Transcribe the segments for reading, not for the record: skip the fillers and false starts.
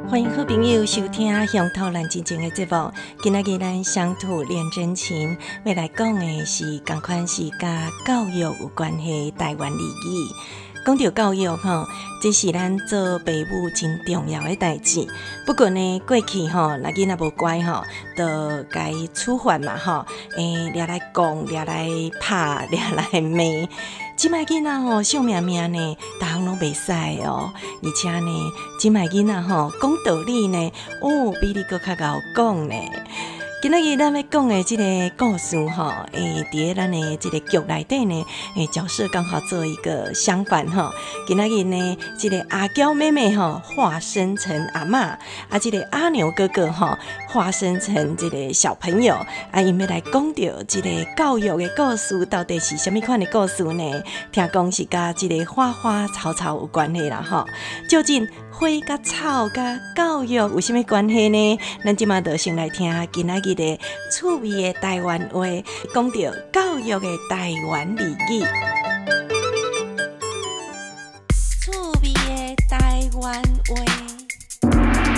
欢迎好朋友收听《乡土咱真情》的节目。今仔日咱乡土练真情，要来讲的是同款是甲教育有关系的台湾俚语。讲到教育吼，这是咱做父母真重要的代志。不过呢，过去吼，若囡仔无乖吼，就该处罚嘛吼，掠来讲，掠来拍，掠来骂。即摆囡仔吼，惜命命呢，逐项拢袂使哦。而且呢，即摆囡仔吼，讲道理呢，比你搁较贤讲呢。今仔日咱要讲的这个故事吼，伫咱的这个剧内底呢，角色刚好做一个相反吼。今仔日呢，这个阿娇妹妹吼化身成阿嬷，这个阿牛哥哥吼化身成这个小朋友，因要来讲到这个教育的故事，到底是什么款的故事呢？听讲是甲这个花花草草有关系啦吼。究竟花甲草甲教育有什么关系呢？咱即马就先来听今仔日的趣味的台湾话，讲到教育的台湾俚语。趣味的台湾话。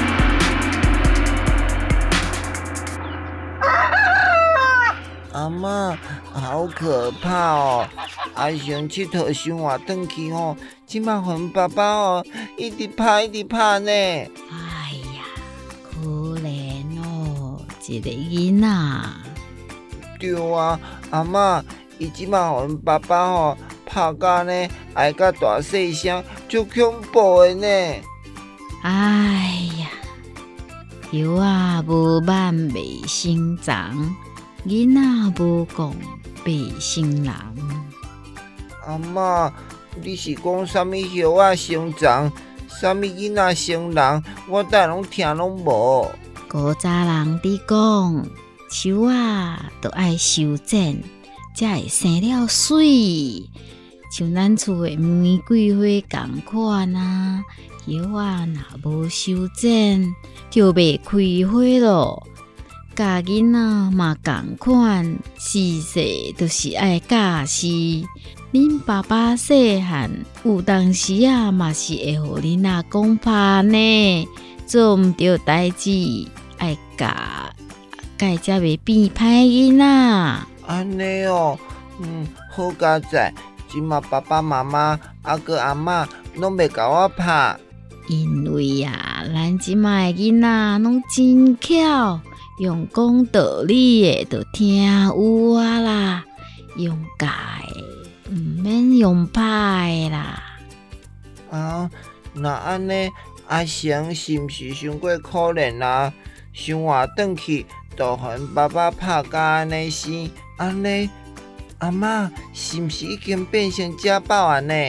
阿嬷，好可怕哦！阿雄佚佗想活转去吼，即马阮爸爸哦，一直拍呢。 哎呀，可怜哦，一个囡仔。 对啊，阿嬷，伊即马阮爸爸吼拍甲呢，爱甲大细声，足恐怖的呢。 哎呀，药啊无挽未成长，囡仔无讲未成人。 阿嬷，你是讲啥物药啊成长，啥物囡仔成人，我等拢听拢无。 古早人伫讲，树啊都爱修剪，才会生了水。像咱厝的玫瑰花同款啊，叶啊若无修剪，就袂开花咯。教囡仔嘛同款，时势就是爱教示。恁爸爸细汉有当时啊，嘛是会互恁仔讲拍呢，做毋对代志爱教，才袂变歹囡仔。 安尼哦，好佳哉！即马爸爸妈妈个阿嬷拢袂甲我拍， 因为啊，咱即卖囡仔拢真巧，用讲道理的就听有啊啦，用教的毋免用拍的啦。 啊，那安尼阿成是毋是伤过可怜啊？想活转去，就互爸爸拍甲安尼死，安尼阿嬷是毋是已经变成家暴啊呢？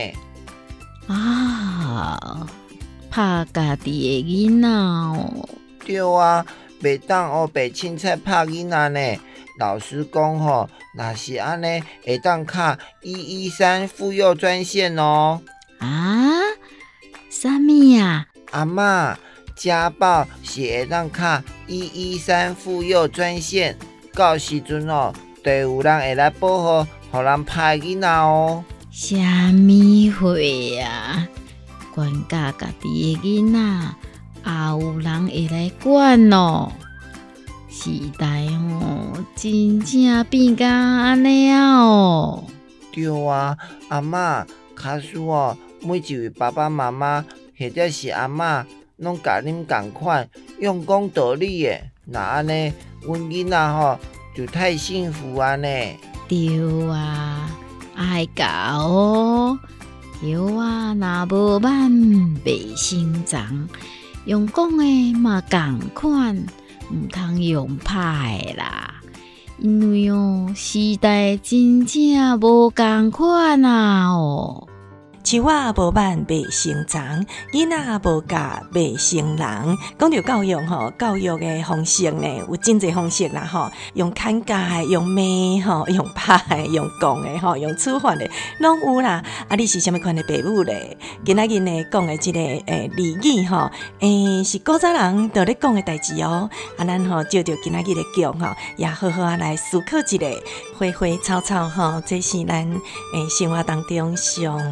啊，拍家己的囡仔哦。 对啊，袂当黑白凊彩拍囡仔呢。老师讲吼，若是安尼，会当敲113妇幼专线哦。 啊？啥物啊？ 阿嬷，家暴是会当敲113妇幼专线，到时阵哦，就有人会来保护，互人拍囡仔哦。 啥物话啊？管教家己的囡仔，也有人会来管哦。时代哦，真正变甲安尼啊哦。 对啊，阿嬷，假使哦，每一位爸爸妈妈或者是阿嬷，拢甲恁同款，用讲道理的，那安尼，阮囡仔吼就太幸福啊呢。 对啊，爱教哦。药啊，若无挽未成长，用讲的嘛同款。毋通用拍的啦，因为哦，时代真正无同款啊哦。 树仔无挽未成长，囡仔无教未成人。讲到教育吼，教育的方式呢，有真侪方式啦吼，用砍价的，用骂吼，用拍的，用讲的吼，用处罚的，拢有啦。你是什么款的父母咧？今仔日呢讲的这个俚语吼，是古早人在咧讲的代志哦。咱吼照着今仔日的剧吼，也好好来思考一下，花花草草吼，这是咱生活当中上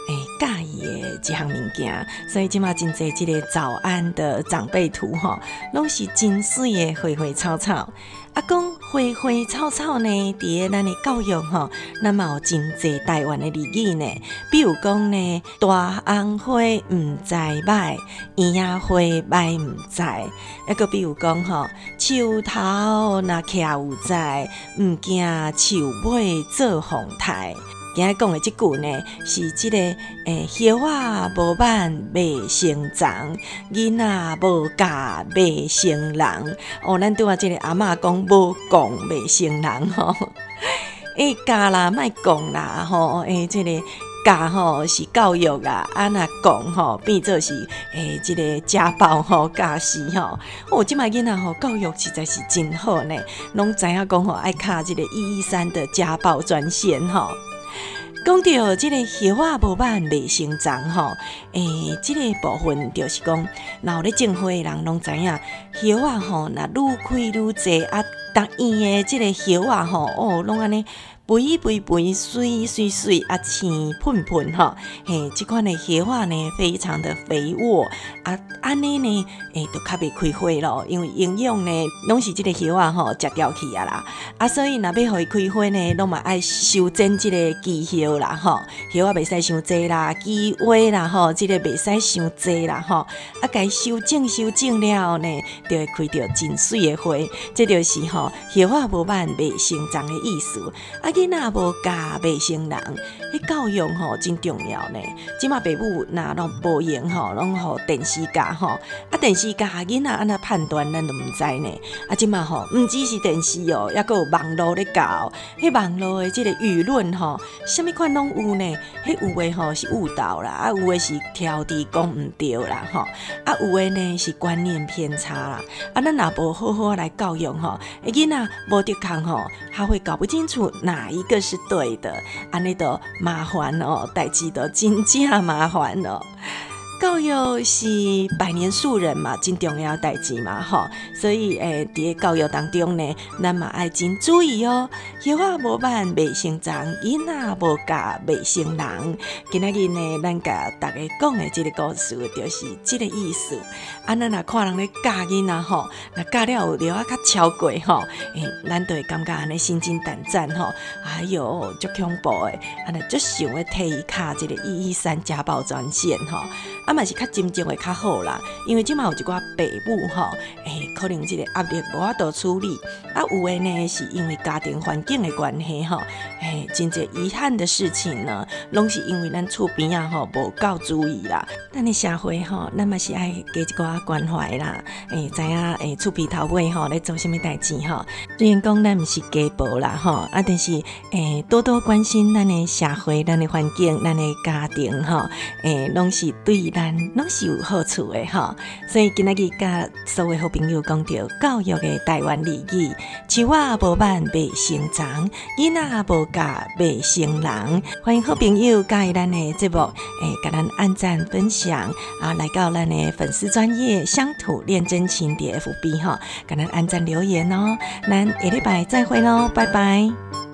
介意的一项物件，所以即马真侪即个早安的长辈图吼，拢是真水的花花草草。讲花花草草呢，伫个咱的教育吼，那么有真侪台湾的俚语呢，比如讲呢，大红花毋知歹，圆仔花歹毋知，还个比如讲吼，树头若徛有在，毋惊树尾做风台。今日讲的即句呢，是即个叶仔无挽袂成长，囡仔无教袂成人。咱拄啊即个阿嬷讲无讲袂成人吼，教啦莫讲啦吼，即个教吼是教育啦，若讲吼变做是即个家暴吼教师吼。即摆囡仔吼教育实在是真好呢，拢知影讲吼爱敲即个113的家暴专线吼。讲到即个叶仔无挽袂成长吼，即个部分就是讲，若有咧种花的人拢知影，叶仔吼若愈开愈济，逐院的即个叶仔吼，拢安尼肥肥肥、水水水青喷喷吼，即款的叶仔呢，非常的肥沃安尼呢，就较袂开花咯，因为营养呢，拢是即个叶仔吼食掉去啦，所以若要互伊开花呢，拢嘛爱修剪即个枝叶啦吼，叶仔袂使伤济啦，枝尾啦吼，即个袂使伤济啦吼，该修整了后呢，就会开着真水的花，这就是吼叶仔无挽袂成长的意思。囡仔无教袂成人，教育吼真重要呢。即马爸母若拢无用吼，拢互电视教吼，电视教囡仔安那判断，咱都毋知呢。即马吼，毋只是电视哦，还佫有网络咧教，网络的即个舆论吼，啥物款拢有呢。有诶吼是误导啦，有诶是挑剔讲毋对啦吼，有诶呢是观念偏差啦。咱若无好好来教育吼，囡仔无得空吼，他会搞不清楚哪一个是对的，安尼就麻烦哦，代志就真正麻烦哦。教育是百年树人嘛，真重要代志嘛吼，所以伫个教育当中呢，咱嘛爱真注意哦。叶仔无挽袂成长，囡仔无教袂成人。今仔日呢，咱甲大家讲的即个故事，就是即个意思。咱若看人咧教囡仔吼，若教了有了较超过吼，咱就会感觉安尼心惊胆战吼，哎哟，足恐怖的，安尼足想要替伊敲即个113家暴专线吼。嘛是较真正会较好啦，因为即马有一寡爸母吼，可能即个压力无法度处理，有诶呢是因为家庭环境的关系吼，真侪遗憾的事情呢，拢是因为咱厝边啊吼无够注意啦。咱的社会吼，咱嘛是爱加一寡关怀啦，知影厝边头尾吼咧做啥物代志吼。虽然讲咱毋是家暴啦吼，但是多多关心咱的社会、咱的环境、咱的家庭吼，拢是对咱拢是有好处的吼，所以今仔日甲所有好朋友讲到教育的台湾俚语，树仔无挽袂成长，囡仔无教袂成人。欢迎好朋友加入咱的节目，甲咱按赞分享来到咱的粉丝专页乡土练真情的 FB 吼，甲咱按赞留言哦。咱下礼拜再会咯，拜拜。